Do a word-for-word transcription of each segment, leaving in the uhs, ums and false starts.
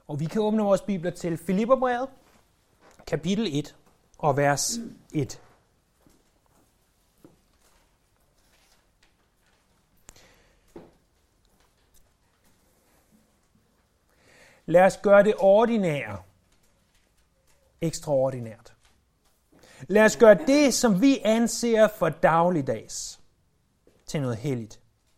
Og vi kan åbne vores bibler til Filipperbrevet, kapitel et og vers et. Lad os gøre det ordinære ekstraordinært. Lad os gøre det, som vi anser for dagligdags, til noget helligt.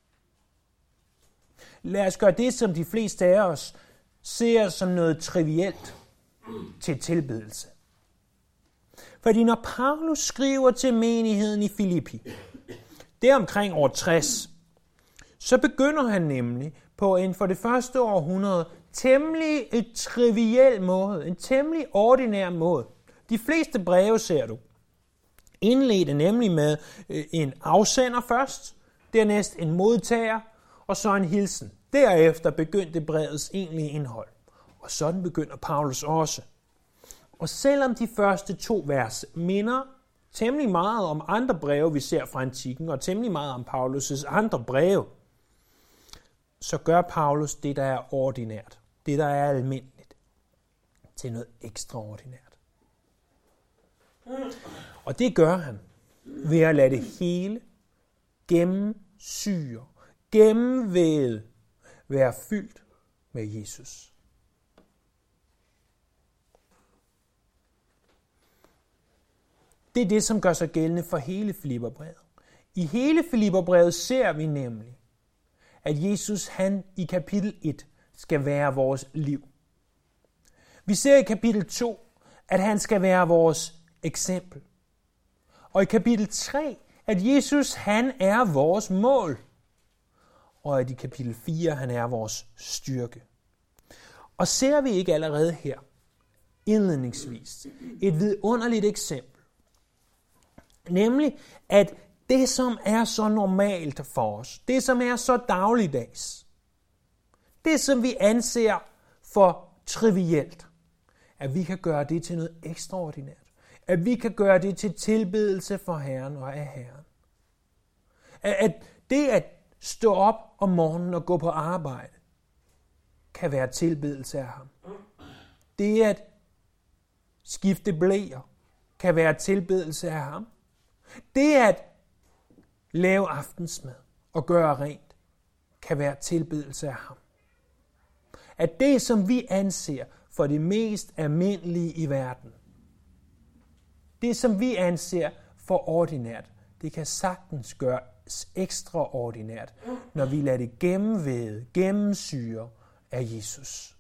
Lad os gøre det, som de fleste af os ser som noget trivielt, til tilbedelse. Fordi når Paulus skriver til menigheden i Filippi, det er omkring år tres, så begynder han nemlig på en for det første århundrede temmelig et triviel måde, en temmelig ordinær måde. De fleste breve, ser du, indledte nemlig med en afsender først, dernæst en modtager, og så en hilsen. Derefter begyndte brevets egentlige indhold. Og sådan begynder Paulus også. Og selvom de første to vers minder temmelig meget om andre breve, vi ser fra antikken, og temmelig meget om Paulus' andre breve, så gør Paulus det, der er ordinært, det, der er almindeligt, til noget ekstraordinært. Og det gør han ved at lade det hele gennemsyre, gennemvæde, være fyldt med Jesus. Det er det, som gør sig gældende for hele Filipperbrevet. I hele Filipperbrevet ser vi nemlig, at Jesus, han i kapitel et, skal være vores liv. Vi ser i kapitel to, at han skal være vores eksempel. Og i kapitel tre, at Jesus, han er vores mål. Og at i kapitel fire, han er vores styrke. Og ser vi ikke allerede her, indledningsvis, et vidunderligt eksempel. Nemlig, at det, som er så normalt for os, det, som er så dagligdags, det, som vi anser for trivielt, at vi kan gøre det til noget ekstraordinært. At vi kan gøre det til tilbedelse for Herren og af Herren. At det at stå op om morgenen og gå på arbejde, kan være tilbedelse af ham. Det at skifte bleer, kan være tilbedelse af ham. Det at lave aftensmad og gøre rent, kan være tilbedelse af ham. At det, som vi anser for det mest almindelige i verden, det, som vi anser for ordinært, det kan sagtens gøres ekstraordinært, når vi lader det gennemvæde, gennemsyre af Jesus.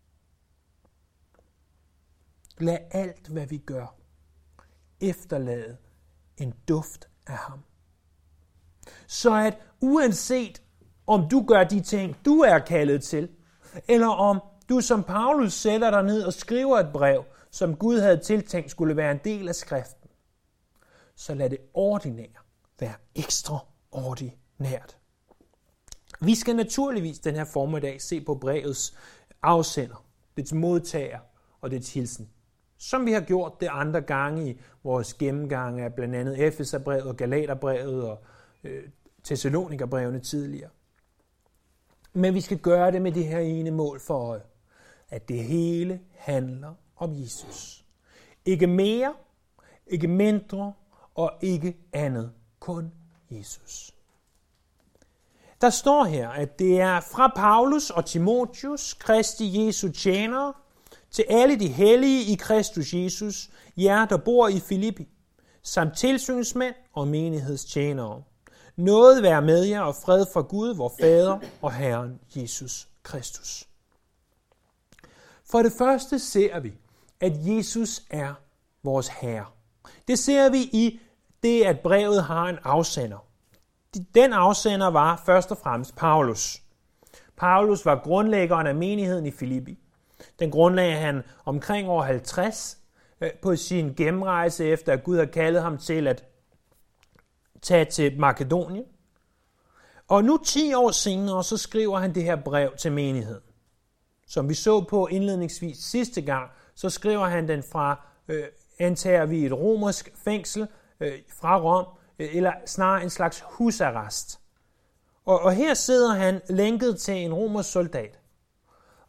Lad alt, hvad vi gør, efterlade en duft af ham. Så at uanset om du gør de ting, du er kaldet til, eller om du som Paulus sætter dig ned og skriver et brev, som Gud havde tiltænkt skulle være en del af skriften, så lad det ordinære være ekstraordinært. Vi skal naturligvis den her formiddag se på brevets afsender, dets modtager og dets hilsen, som vi har gjort det andre gange i vores gennemgang af blandt andet Efeserbrevet og Galaterbrevet og øh, Thessalonikerbrevene tidligere. Men vi skal gøre det med det her ene mål for øje, at det hele handler om Jesus. Ikke mere, ikke mindre og ikke andet, kun Jesus. Der står her, at det er fra Paulus og Timotheus, Kristi Jesu tjenere, til alle de hellige i Kristus Jesus, jer der bor i Filippi, samt tilsynsmænd og menighedstjenere. Nåde være med jer og fred fra Gud, vor Fader og Herren Jesus Kristus. For det første ser vi, at Jesus er vores Herre. Det ser vi i det, at brevet har en afsender. Den afsender var først og fremmest Paulus. Paulus var grundlæggeren af menigheden i Filippi. Den grundlagde han omkring år halvtreds på sin gennemrejse, efter at Gud havde kaldet ham til at tage til Makedonien. Og nu ti år senere, så skriver han det her brev til menigheden. Som vi så på indledningsvis sidste gang, så skriver han den fra, øh, antager vi et romersk fængsel øh, fra Rom, øh, eller snarere en slags husarrest. Og, og her sidder han lænket til en romersk soldat.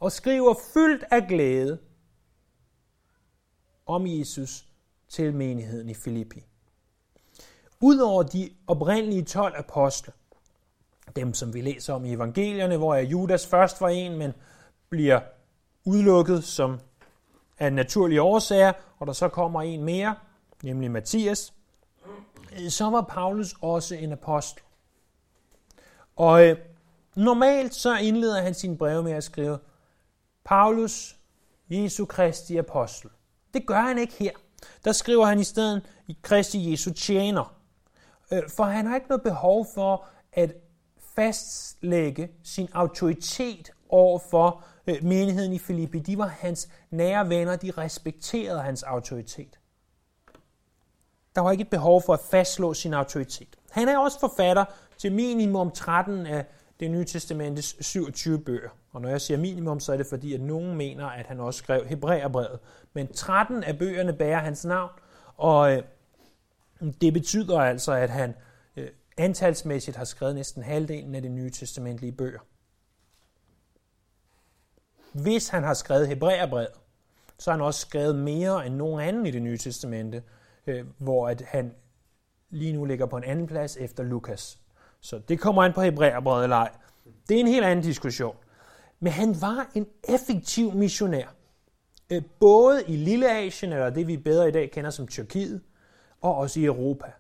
og skriver fyldt af glæde om Jesus til menigheden i Filippi. Udover de oprindelige tolv apostle, dem som vi læser om i evangelierne, hvor Judas først var en, men bliver udelukket som af naturlige årsager, og der så kommer en mere, nemlig Matthias, så var Paulus også en apostel. Og øh, normalt så indleder han sine breve med at skrive, Paulus, Jesu Kristi apostel. Det gør han ikke her. Der skriver han i stedet i Kristi Jesu tjener. Øh, for han har ikke noget behov for at fastlægge sin autoritet over for øh, menigheden i Filippi. De var hans nære venner, de respekterede hans autoritet. Der var ikke et behov for at fastslå sin autoritet. Han er også forfatter til minimum tretten af det nye testamentets syvogtyve bøger. Og når jeg siger minimum, så er det fordi, at nogen mener, at han også skrev Hebræerbrevet. Men tretten af bøgerne bærer hans navn, og øh, det betyder altså, at han øh, antalsmæssigt har skrevet næsten halvdelen af det nye testamentlige bøger. Hvis han har skrevet Hebræerbrevet, så har han også skrevet mere end nogen anden i det nye testamente, øh, hvor at han lige nu ligger på en anden plads efter Lukas. Så det kommer an på Hebræerbrevet eller ej. Det er en helt anden diskussion. Men han var en effektiv missionær. Øh, både i Lilleasien, eller det vi bedre i dag kender som Tyrkiet, og også i Europa.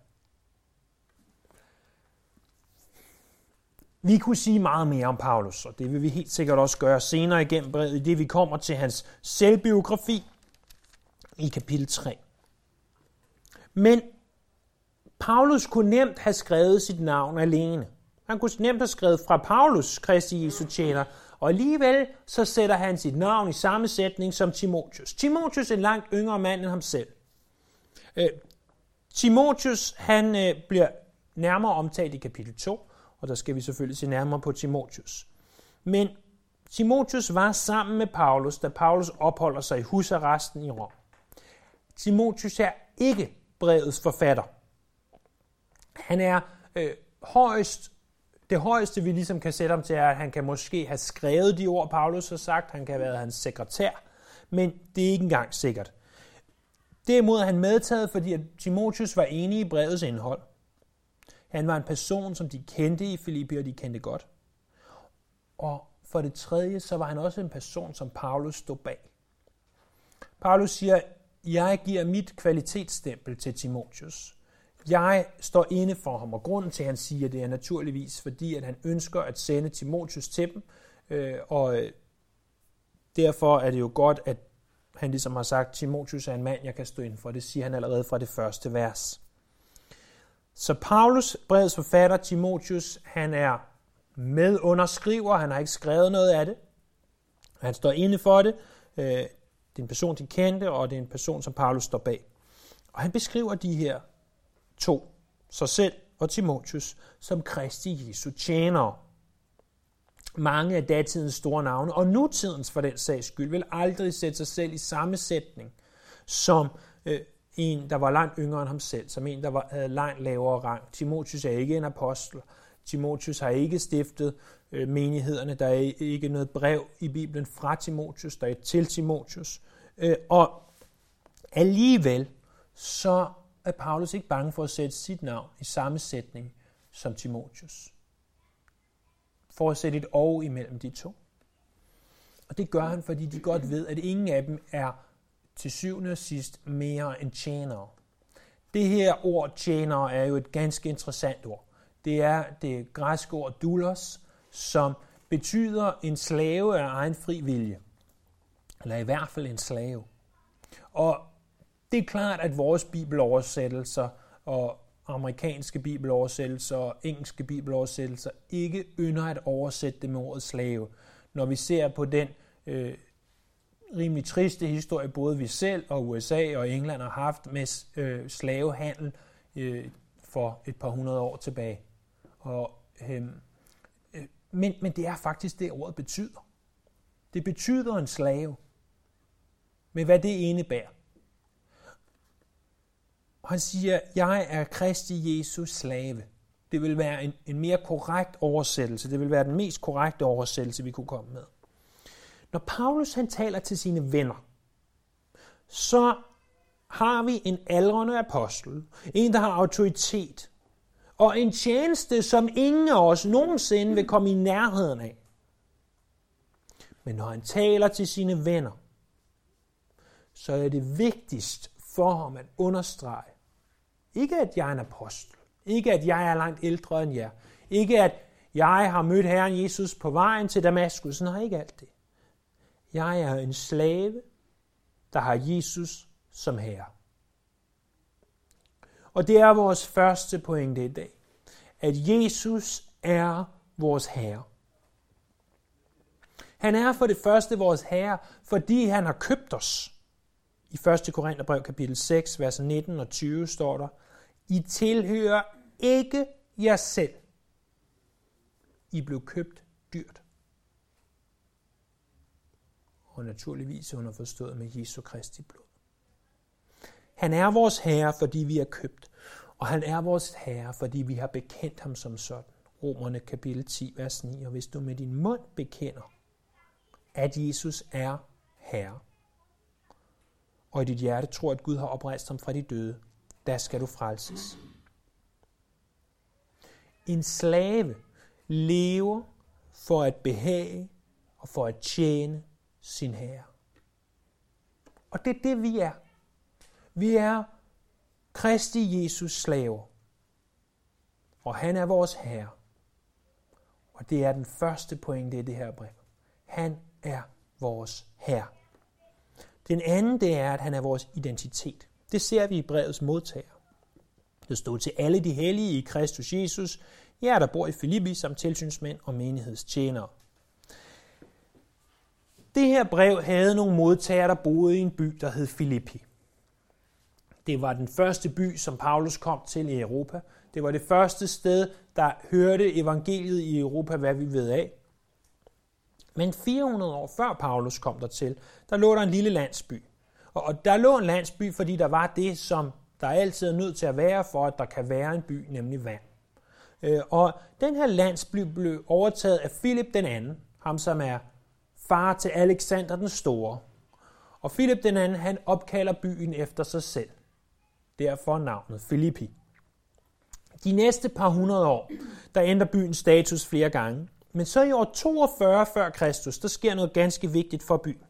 Vi kunne sige meget mere om Paulus, og det vil vi helt sikkert også gøre senere igennem brevet, i det vi kommer til hans selvbiografi i kapitel tre. Men Paulus kunne nemt have skrevet sit navn alene. Han kunne nemt have skrevet fra Paulus, Kristi Jesu tjener, og alligevel så sætter han sit navn i samme sætning som Timotheus. Timotheus er en langt yngre mand end ham selv. Øh, Timotheus, han øh, bliver nærmere omtalt i kapitel to, og der skal vi selvfølgelig se nærmere på Timotheus. Men Timotheus var sammen med Paulus, da Paulus opholder sig i husarresten i Rom. Timotheus er ikke brevets forfatter. Han er øh, højst, det højeste, vi ligesom kan sætte ham til, er, at han kan måske have skrevet de ord, Paulus har sagt. Han kan have været hans sekretær, men det er ikke engang sikkert. Derimod er han medtaget, fordi at Timotheus var enig i brevets indhold. Han var en person, som de kendte i Filippi, og de kendte godt. Og for det tredje, så var han også en person, som Paulus stod bag. Paulus siger, jeg giver mit kvalitetsstempel til Timotheus. Jeg står inde for ham, og grunden til, at han siger det, er naturligvis, fordi at han ønsker at sende Timotheus til dem, øh, og derfor er det jo godt, at han ligesom har sagt, Timotheus er en mand, jeg kan stå inde for. Det siger han allerede fra det første vers. Så Paulus, brevets forfatter, Timotheus, han er medunderskriver, han har ikke skrevet noget af det. Han står inde for det. Det er en person, de kendte, og det er en person, som Paulus står bag. Og han beskriver de her to, sig selv og Timotheus, som Kristi Jesu tjenere. Mange af datidens store navne, og nutidens for den sags skyld, vil aldrig sætte sig selv i samme sætning som øh, en, der var langt yngre end ham selv, som en, der var, havde langt lavere rang. Timotheus er ikke en apostel. Timotheus har ikke stiftet øh, menighederne. Der er ikke noget brev i Bibelen fra Timotheus, der er til Timotheus. Øh, og alligevel så er Paulus ikke bange for at sætte sit navn i samme sætning som Timotheus. For at sætte et og imellem de to. Og det gør han, fordi de godt ved, at ingen af dem er til syvende og sidst mere end tjenere. Det her ord tjenere er jo et ganske interessant ord. Det er det græske ord doulos, som betyder en slave af egen fri vilje. Eller i hvert fald en slave. Og det er klart, at vores bibeloversættelser og amerikanske bibeloversættelser og engelske bibeloversættelser ikke ynder at oversætte det med ordet slave. Når vi ser på den øh, rimelig triste historie, både vi selv og U S A og England har haft med øh, slavehandel øh, for et par hundrede år tilbage. Og, øh, øh, men, men det er faktisk det, ordet betyder. Det betyder en slave. Men hvad det indebærer. Og han siger, jeg er Kristi Jesus slave. Det vil være en, en mere korrekt oversættelse. Det vil være den mest korrekte oversættelse, vi kunne komme med. Når Paulus han taler til sine venner, så har vi en aldrende apostel, en der har autoritet, og en tjeneste, som ingen af os nogensinde vil komme i nærheden af. Men når han taler til sine venner, så er det vigtigst for ham at understrege, ikke at jeg er en apostel, ikke at jeg er langt ældre end jer, ikke at jeg har mødt Herren Jesus på vejen til Damaskus, nej, ikke alt det. Jeg er en slave, der har Jesus som herre. Og det er vores første pointe i dag, at Jesus er vores herre. Han er for det første vores herre, fordi han har købt os. I første Korintherbrev kapitel seks, vers nitten og tyve står der, I tilhører ikke jer selv. I blev købt dyrt. Og naturligvis underforstået med Jesu Kristi blod. Han er vores herre, fordi vi er købt. Og han er vores herre, fordi vi har bekendt ham som sådan. Romerne kapitel ti, vers ni. Og hvis du med din mund bekender, at Jesus er herre, og i dit hjerte tror, at Gud har oprejst ham fra de døde, der skal du frelses. En slave lever for at behage og for at tjene sin herre. Og det er det, vi er. Vi er Kristi Jesus slaver. Og han er vores herre. Og det er den første pointe i det her brev. Han er vores herre. Den anden, det er, at han er vores identitet. Det ser vi i brevets modtager. Det stod til alle de hellige i Kristus Jesus, jer der bor i Filippi som tilsynsmænd og menighedstjenere. Det her brev havde nogle modtagere, der boede i en by, der hed Filippi. Det var den første by, som Paulus kom til i Europa. Det var det første sted, der hørte evangeliet i Europa, hvad vi ved af. Men fire hundrede år før Paulus kom dertil, der lå der en lille landsby. Og der lå en landsby, fordi der var det, som der altid er nødt til at være, for at der kan være en by, nemlig vand. Og den her landsby blev overtaget af Filip den anden, ham som er far til Alexander den Store. Og Filip den anden, han opkalder byen efter sig selv. Derfor navnet Filippi. De næste par hundrede år, der ændrer byens status flere gange. Men så i år toogfyrre før Kristus, der sker noget ganske vigtigt for byen.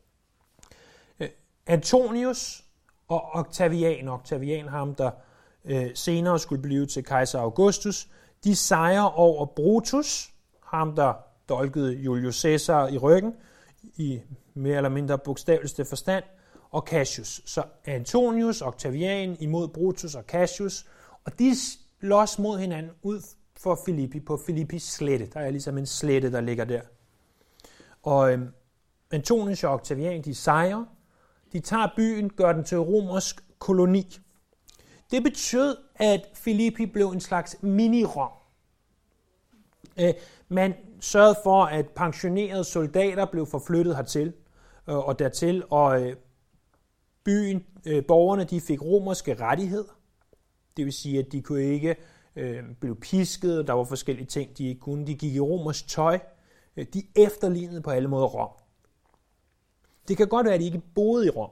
Antonius og Octavian, Octavian ham der øh, senere skulle blive til kejser Augustus, de sejrer over Brutus, ham der dolkede Julius Caesar i ryggen, i mere eller mindre bogstaveligste forstand, og Cassius. Så Antonius, Octavian imod Brutus og Cassius, og de slås mod hinanden ud for Filippi på Filippis slette. Der er ligesom en slette, der ligger der. Og øhm, Antonius og Octavian, de sejrer. De tager byen, gør den til romersk koloni. Det betød, at Filippi blev en slags mini-Rom. Øh, man sørgede for, at pensionerede soldater blev forflyttet hertil øh, og dertil, og øh, byen, øh, borgerne, de fik romerske rettigheder. Det vil sige, at de kunne ikke øh, blive pisket, der var forskellige ting, de ikke kunne. De gik i romersk tøj. De efterlignede på alle måder Rom. Det kan godt være, at de ikke boede i Rom,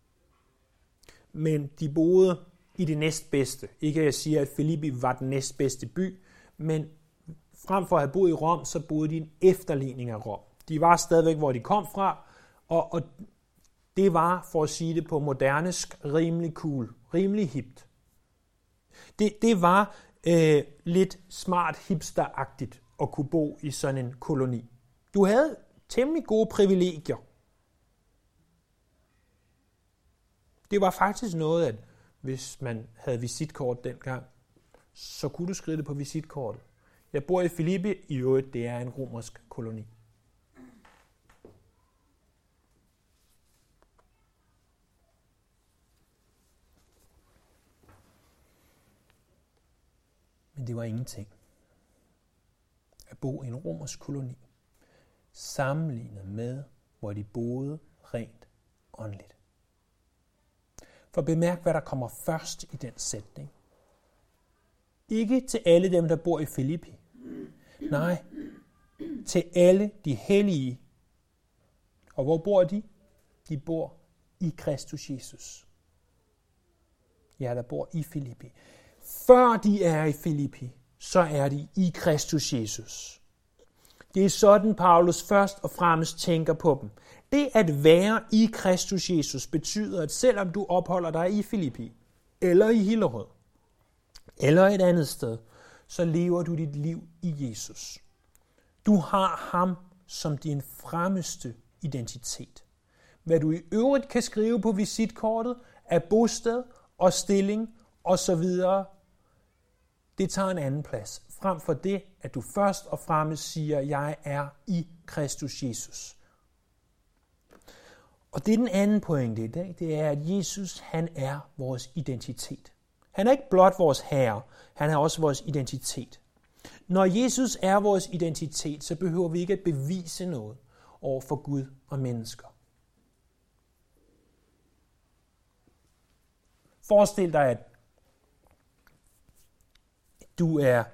men de boede i det næstbedste. Ikke at jeg siger, at Filippi var den næstbedste by, men frem for at have boet i Rom, så boede de en efterligning af Rom. De var stadigvæk, hvor de kom fra, og, og det var, for at sige det på modernesk, rimelig cool, rimelig hipt. Det, det var øh, lidt smart hipsteragtigt at kunne bo i sådan en koloni. Du havde temmelig gode privilegier. Det var faktisk noget, at hvis man havde visitkort dengang, så kunne du skrive det på visitkortet. Jeg bor i Filippi, i øvrigt, det er en romersk koloni. Men det var ingenting at bo i en romersk koloni, sammenlignet med, hvor de boede rent åndeligt. For bemærk, hvad der kommer først i den sætning. Ikke til alle dem, der bor i Filippi. Nej, til alle de hellige Og hvor bor de? De bor i Kristus Jesus. Ja, der bor i Filippi. Før de er i Filippi, så er de i Kristus Jesus. Det er sådan, Paulus først og fremmest tænker på dem. Det at være i Kristus Jesus betyder, at selvom du opholder dig i Filippi, eller i Hillerød, eller et andet sted, så lever du dit liv i Jesus. Du har ham som din fremmeste identitet. Hvad du i øvrigt kan skrive på visitkortet af bosted og stilling osv., det tager en anden plads. Frem for det, at du først og fremmest siger, at jeg er i Kristus Jesus. Og det er den anden pointe i dag, det er, at Jesus, han er vores identitet. Han er ikke blot vores herre, han er også vores identitet. Når Jesus er vores identitet, så behøver vi ikke at bevise noget over for Gud og mennesker. Forestil dig, at du er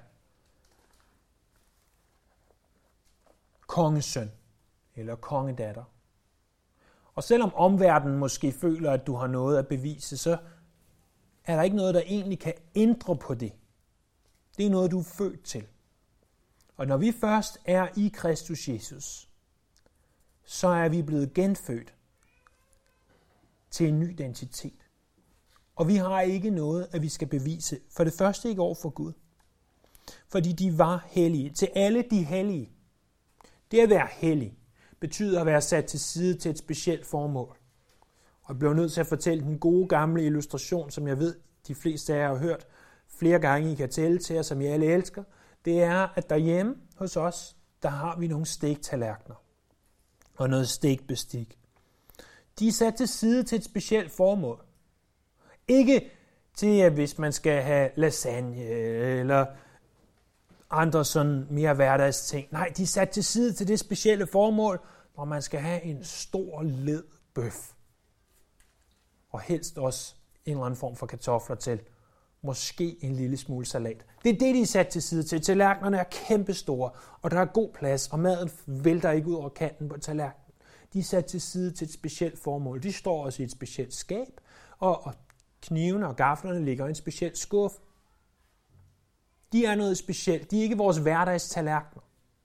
kongesøn eller kongedatter. Og selvom omverdenen måske føler, at du har noget at bevise, så er der ikke noget, der egentlig kan ændre på det. Det er noget, du er født til. Og når vi først er i Kristus Jesus, så er vi blevet genfødt til en ny identitet. Og vi har ikke noget, at vi skal bevise. For det første ikke over for Gud. Fordi de var hellige. Til alle de hellige. Det at være hellig betyder at være sat til side til et specielt formål. Og jeg bliver nødt til at fortælle den gode gamle illustration, som jeg ved, de fleste af jer har hørt flere gange, I kan tælle til jer, som I alle elsker. Det er, at derhjemme hos os, der har vi nogle stegtallerkener og noget stegbestik. De er sat til side til et specielt formål. Ikke til, at hvis man skal have lasagne eller andre sådan mere hverdagsting. Nej, de er sat til side til det specielle formål, hvor man skal have en stor led bøf. Og helst også en eller anden form for kartofler til. Måske en lille smule salat. Det er det, de er sat til side til. Tallerkenerne er kæmpestore, og der er god plads, og maden vælter ikke ud over kanten på tallerkenen. De er sat til side til et specielt formål. De står også i et specielt skab, og, og knivene og gaflerne ligger i en speciel skuffe. De er noget specielt. De er ikke vores hverdagstallerkener.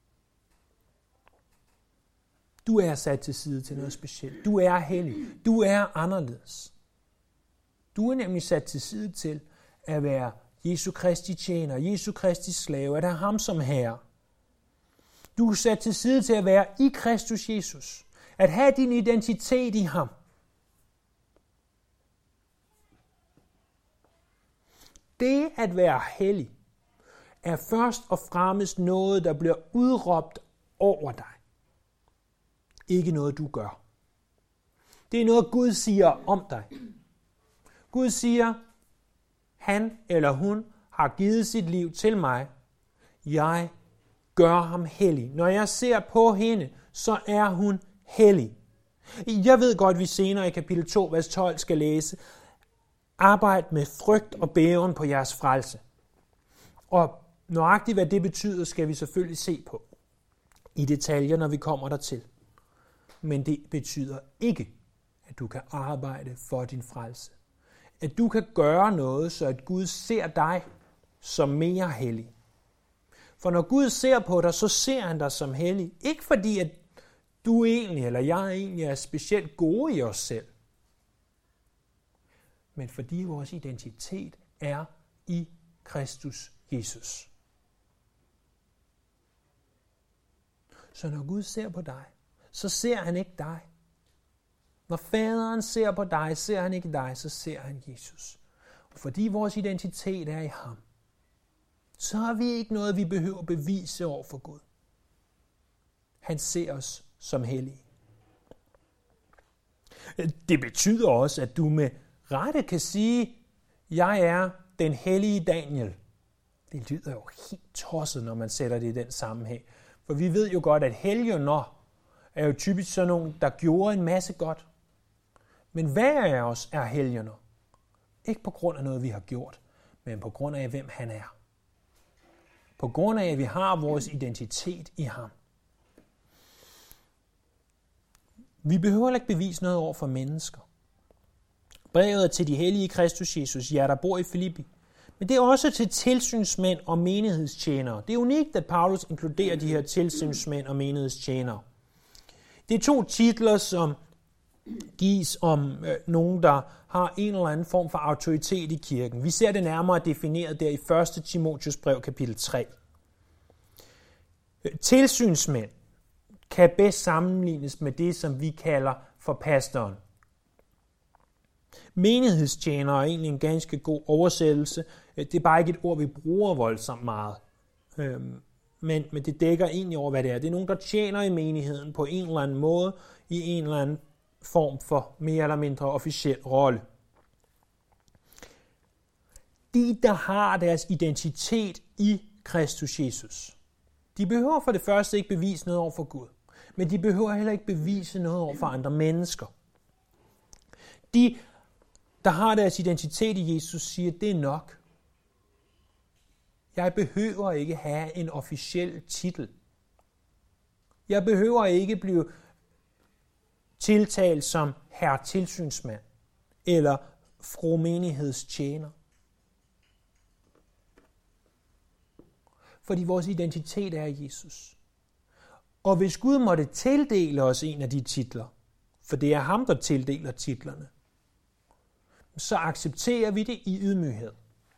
Du er sat til side til noget specielt. Du er hellig. Du er anderledes. Du er nemlig sat til side til at være Jesu Kristi tjener, Jesu Kristi slave, at have ham som herre. Du er sat til side til at være i Kristus Jesus. At have din identitet i ham. Det at være hellig er først og fremmest noget, der bliver udråbt over dig. Ikke noget, du gør. Det er noget, Gud siger om dig. Gud siger, han eller hun har givet sit liv til mig. Jeg gør ham hellig. Når jeg ser på hende, så er hun hellig. Jeg ved godt, at vi senere i kapitel to, vers tolv skal læse, arbejd med frygt og bæven på jeres frelse. Og nøjagtigt hvad det betyder, skal vi selvfølgelig se på i detaljer, når vi kommer dertil. Men det betyder ikke, at du kan arbejde for din frelse. At du kan gøre noget, så at Gud ser dig som mere hellig. For når Gud ser på dig, så ser han dig som hellig. Ikke fordi, at du egentlig, eller jeg egentlig er specielt gode i os selv. Men fordi vores identitet er i Kristus Jesus. Så når Gud ser på dig, så ser han ikke dig. Når faderen ser på dig, ser han ikke dig, så ser han Jesus. Og fordi vores identitet er i ham, så har vi ikke noget, vi behøver bevise over for Gud. Han ser os som hellige. Det betyder også, at du med rette kan sige, jeg er den hellige Daniel. Det lyder jo helt tosset, når man sætter det i den sammenhæng. For vi ved jo godt, at helgener er jo typisk sådan nogle, der gjorde en masse godt. Men hver af os er helgener. Ikke på grund af noget, vi har gjort, men på grund af, hvem han er. På grund af, at vi har vores identitet i ham. Vi behøver ikke bevise noget over for mennesker. Brevet er til de hellige i Kristus Jesus, jer der bor i Filippi. Men det er også til tilsynsmænd og menighedstjenere. Det er unikt, at Paulus inkluderer de her tilsynsmænd og menighedstjenere. Det er to titler, som gives om øh, nogen, der har en eller anden form for autoritet i kirken. Vi ser det nærmere defineret der i første Timotheus brev, kapitel tre. Tilsynsmænd kan bedst sammenlignes med det, som vi kalder for pastoren. Menighedstjenere er egentlig en ganske god oversættelse. Det er bare ikke et ord, vi bruger voldsomt meget. Men, men det dækker egentlig over, hvad det er. Det er nogen, der tjener i menigheden på en eller anden måde, i en eller anden form for mere eller mindre officiel rolle. De, der har deres identitet i Kristus Jesus, de behøver for det første ikke bevise noget over for Gud, men de behøver heller ikke bevise noget over for andre mennesker. De, der har deres identitet i Jesus, siger, det er nok. Jeg behøver ikke have en officiel titel. Jeg behøver ikke blive tiltalt som herre tilsynsmand eller fru menighedstjener. Fordi vores identitet er Jesus. Og hvis Gud måtte tildele os en af de titler, for det er ham, der tildeler titlerne, så accepterer vi det i ydmyghed.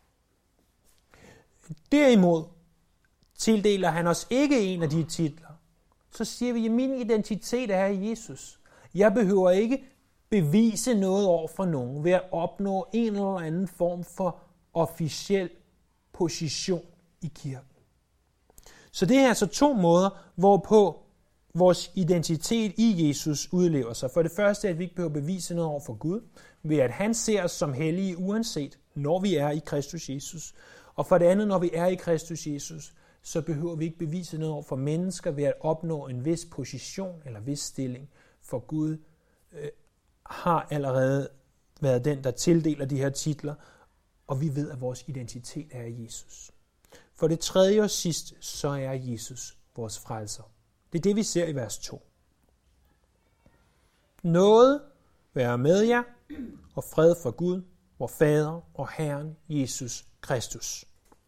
Derimod tildeler han os ikke en af de titler, så siger vi, at min identitet er i Jesus. Jeg behøver ikke bevise noget over for nogen ved at opnå en eller anden form for officiel position i kirken. Så det er altså to måder, hvorpå vores identitet i Jesus udlever sig. For det første er, at vi ikke behøver bevise noget over for Gud, ved at han ser os som hellige uanset, når vi er i Kristus Jesus. Og for det andet, når vi er i Kristus Jesus, så behøver vi ikke bevise noget over for mennesker ved at opnå en vis position eller vis stilling. For Gud øh, har allerede været den, der tildeler de her titler, og vi ved, at vores identitet er i Jesus. For det tredje og sidste, så er Jesus vores frelser. Det er det, vi ser i vers to. Nåde være med jer, og fred for Gud, vor Fader og Herren Jesus Kristus.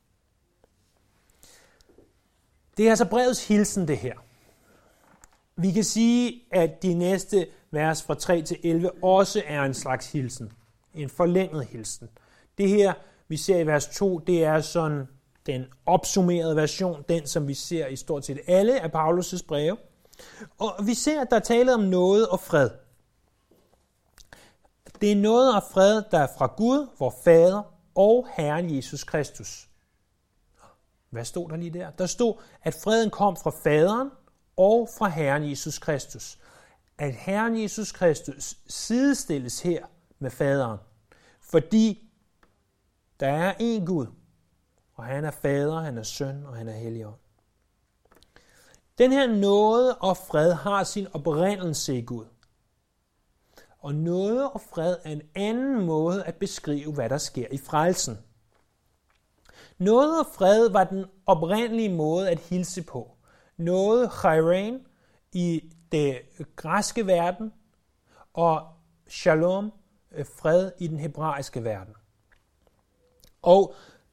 Det er altså brevets hilsen, det her. Vi kan sige, at de næste vers fra tre til elleve også er en slags hilsen. En forlænget hilsen. Det her, vi ser i vers to, det er sådan den opsummerede version, den som vi ser i stort set alle af Paulus' breve. Og vi ser, at der er tale om noget og fred. Det er noget og fred, der er fra Gud, vor Fader og Herren Jesus Kristus. Hvad stod der lige der? Der stod, at freden kom fra Faderen og fra Herren Jesus Kristus. At Herren Jesus Kristus sidestilles her med Faderen, fordi der er én Gud, og han er Fader, han er Søn, og han er Helligånd. Den her nåde og fred har sin oprindelse i Gud. Og nåde og fred er en anden måde at beskrive, hvad der sker i frelsen. Nåde og fred var den oprindelige måde at hilse på. Nåde, chairein, i det græske verden, og shalom, fred, i den hebraiske verden. Og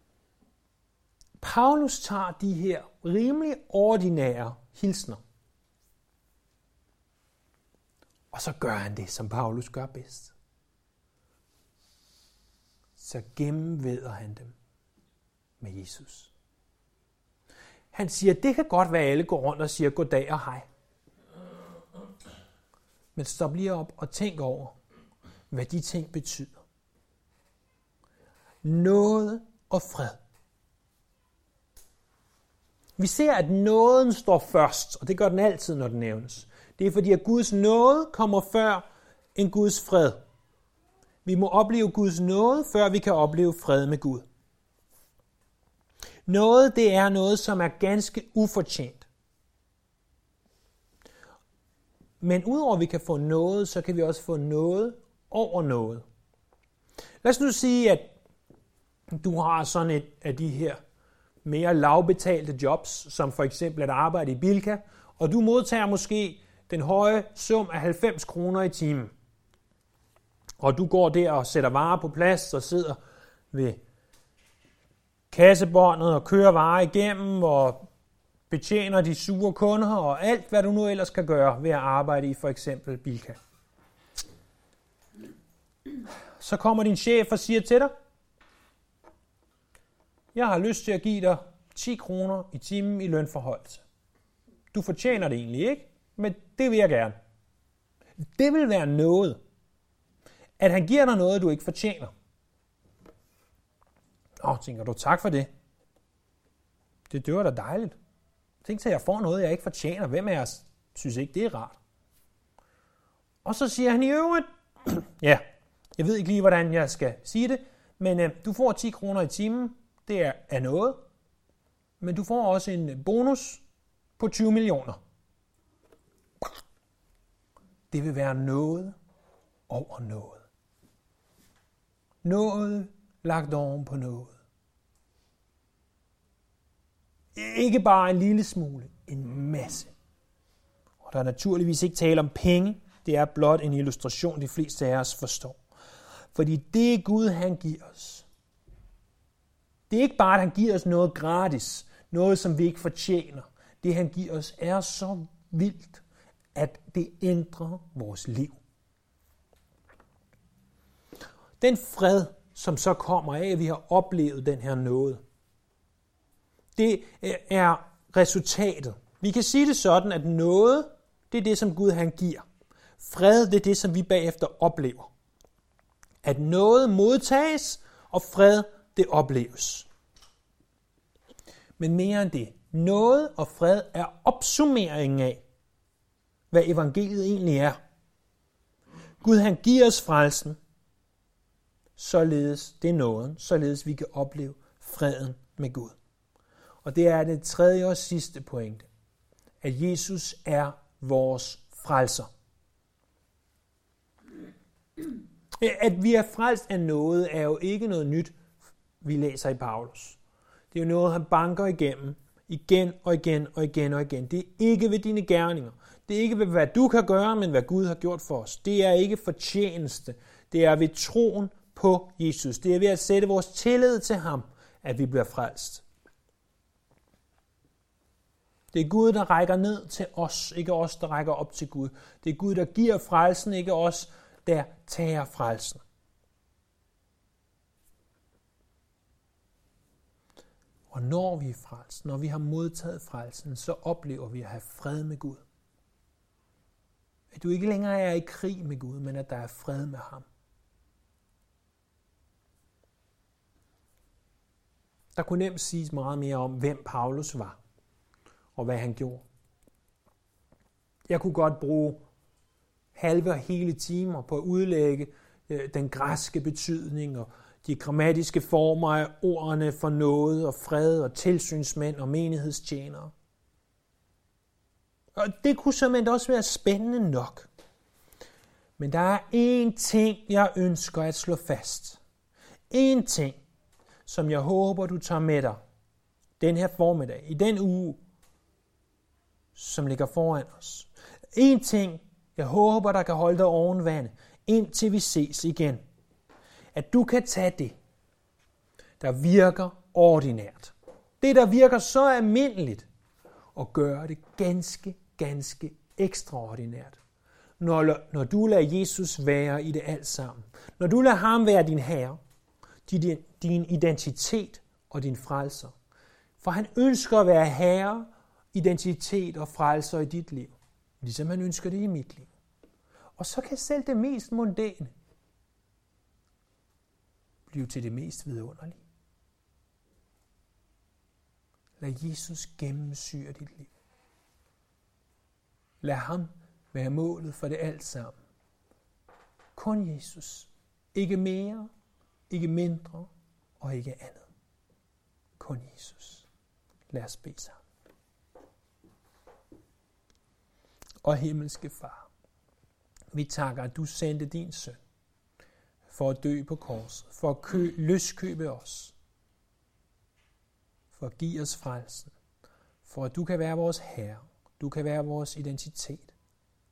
Paulus tager de her rimelig ordinære hilsner, og så gør han det, som Paulus gør bedst. Så gennemvæder han dem med Jesus. Han siger, det kan godt være, at alle går rundt og siger goddag og hej. Men stop lige op og tænk over, hvad de ting betyder. Nåde og fred. Vi ser, at nåden står først, og det gør den altid, når den nævnes. Det er fordi, at Guds nåde kommer før end Guds fred. Vi må opleve Guds nåde, før vi kan opleve fred med Gud. Nåde, det er noget, som er ganske ufortjent. Men udover at vi kan få noget, så kan vi også få noget over noget. Lad os nu sige, at du har sådan et af de her mere lavbetalte jobs, som for eksempel at arbejde i Bilka, og du modtager måske den høje sum af halvfems kroner i timen, og du går der og sætter varer på plads og sidder ved kassebåndet og kører varer igennem og betjener de sure kunder og alt, hvad du nu ellers kan gøre ved at arbejde i for eksempel Bilka. Så kommer din chef og siger til dig, jeg har lyst til at give dig ti kroner i timen i lønforhøjelse. Du fortjener det egentlig ikke, men det vil jeg gerne. Det vil være noget, at han giver dig noget, du ikke fortjener. Åh, tænker du, tak for det. Det, det var da dejligt. Tænk til, at jeg får noget, jeg ikke fortjener. Hvem af os synes ikke, det er rart? Og så siger han i øvrigt, ja, jeg ved ikke lige, hvordan jeg skal sige det, men øh, du får ti kroner i timen. Det er, er noget. Men du får også en bonus på tyve millioner. Det vil være noget over noget. Noget lagt oven på noget. Ikke bare en lille smule, en masse. Og der er naturligvis ikke tale om penge. Det er blot en illustration, de fleste af os forstår. Fordi det Gud, han giver os, det er ikke bare, at han giver os noget gratis, noget som vi ikke fortjener. Det han giver os er så vildt, at det ændrer vores liv. Den fred, som så kommer af, at vi har oplevet den her nåde, det er resultatet. Vi kan sige det sådan, at nåde, det er det, som Gud han giver. Fred, det er det, som vi bagefter oplever. At nåde modtages, og fred, det opleves. Men mere end det. Nåde og fred er opsummeringen af, hvad evangeliet egentlig er. Gud han giver os frelsen, således det er nåden, således vi kan opleve freden med Gud. Og det er det tredje og sidste pointe, at Jesus er vores frelser. At vi er frelst af noget, er jo ikke noget nyt, vi læser i Paulus. Det er jo noget, han banker igennem, igen og igen og igen og igen. Det er ikke ved dine gerninger. Det er ikke ved, hvad du kan gøre, men hvad Gud har gjort for os. Det er ikke fortjeneste. Det er ved troen på Jesus. Det er ved at sætte vores tillid til ham, at vi bliver frelst. Det er Gud, der rækker ned til os, ikke os, der rækker op til Gud. Det er Gud, der giver frelsen, ikke os, der tager frelsen. Og når vi er frelst, når vi har modtaget frelsen, så oplever vi at have fred med Gud. At du ikke længere er i krig med Gud, men at der er fred med ham. Der kunne nemt siges meget mere om, hvem Paulus var, og hvad han gjorde. Jeg kunne godt bruge halve og hele timer på at udlægge øh, den græske betydning og de grammatiske former af ordene for nåde og fred og tilsynsmænd og menighedstjenere. Og det kunne simpelthen også være spændende nok. Men der er én ting, jeg ønsker at slå fast. Én ting, som jeg håber, du tager med dig den her formiddag, i den uge, som ligger foran os. En ting, jeg håber, der kan holde dig oven vande, indtil vi ses igen. At du kan tage det, der virker ordinært. Det, der virker så almindeligt, og gøre det ganske, ganske ekstraordinært. Når, når du lader Jesus være i det alt sammen. Når du lader ham være din herre, din, din identitet og din frelser. For han ønsker at være herre, identitet og frelser i dit liv. Ligesom han ønsker det i mit liv. Og så kan selv det mest mundane blive til det mest vidunderlige. Lad Jesus gennemsyre dit liv. Lad ham være målet for det alt sammen. Kun Jesus. Ikke mere, ikke mindre og ikke andet. Kun Jesus. Lad os bede sammen. Og himmelske Far, vi takker, at du sendte din søn for at dø på korset, for at kø, løskøbe os, for at give os frelsen, for at du kan være vores herre, du kan være vores identitet.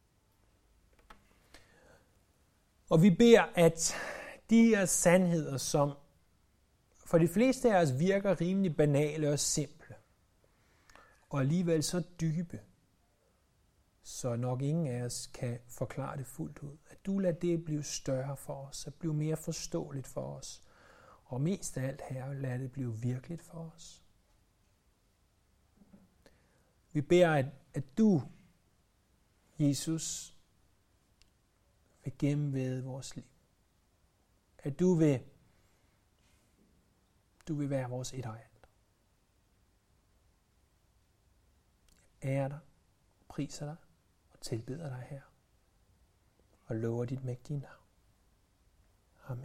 Og vi beder, at de her sandheder, som for de fleste af os virker rimelig banale og simple, og alligevel så dybe, så nok ingen af os kan forklare det fuldt ud. At du lader det blive større for os, at blive mere forståeligt for os, og mest af alt, Herre, lad det blive virkeligt for os. Vi beder, at, at du, Jesus, vil gennemvæde vores liv. At du vil, du vil være vores et og alt. Jeg ærer dig, priser dig og tilbeder dig, Herre, og lover dit mægtige navn.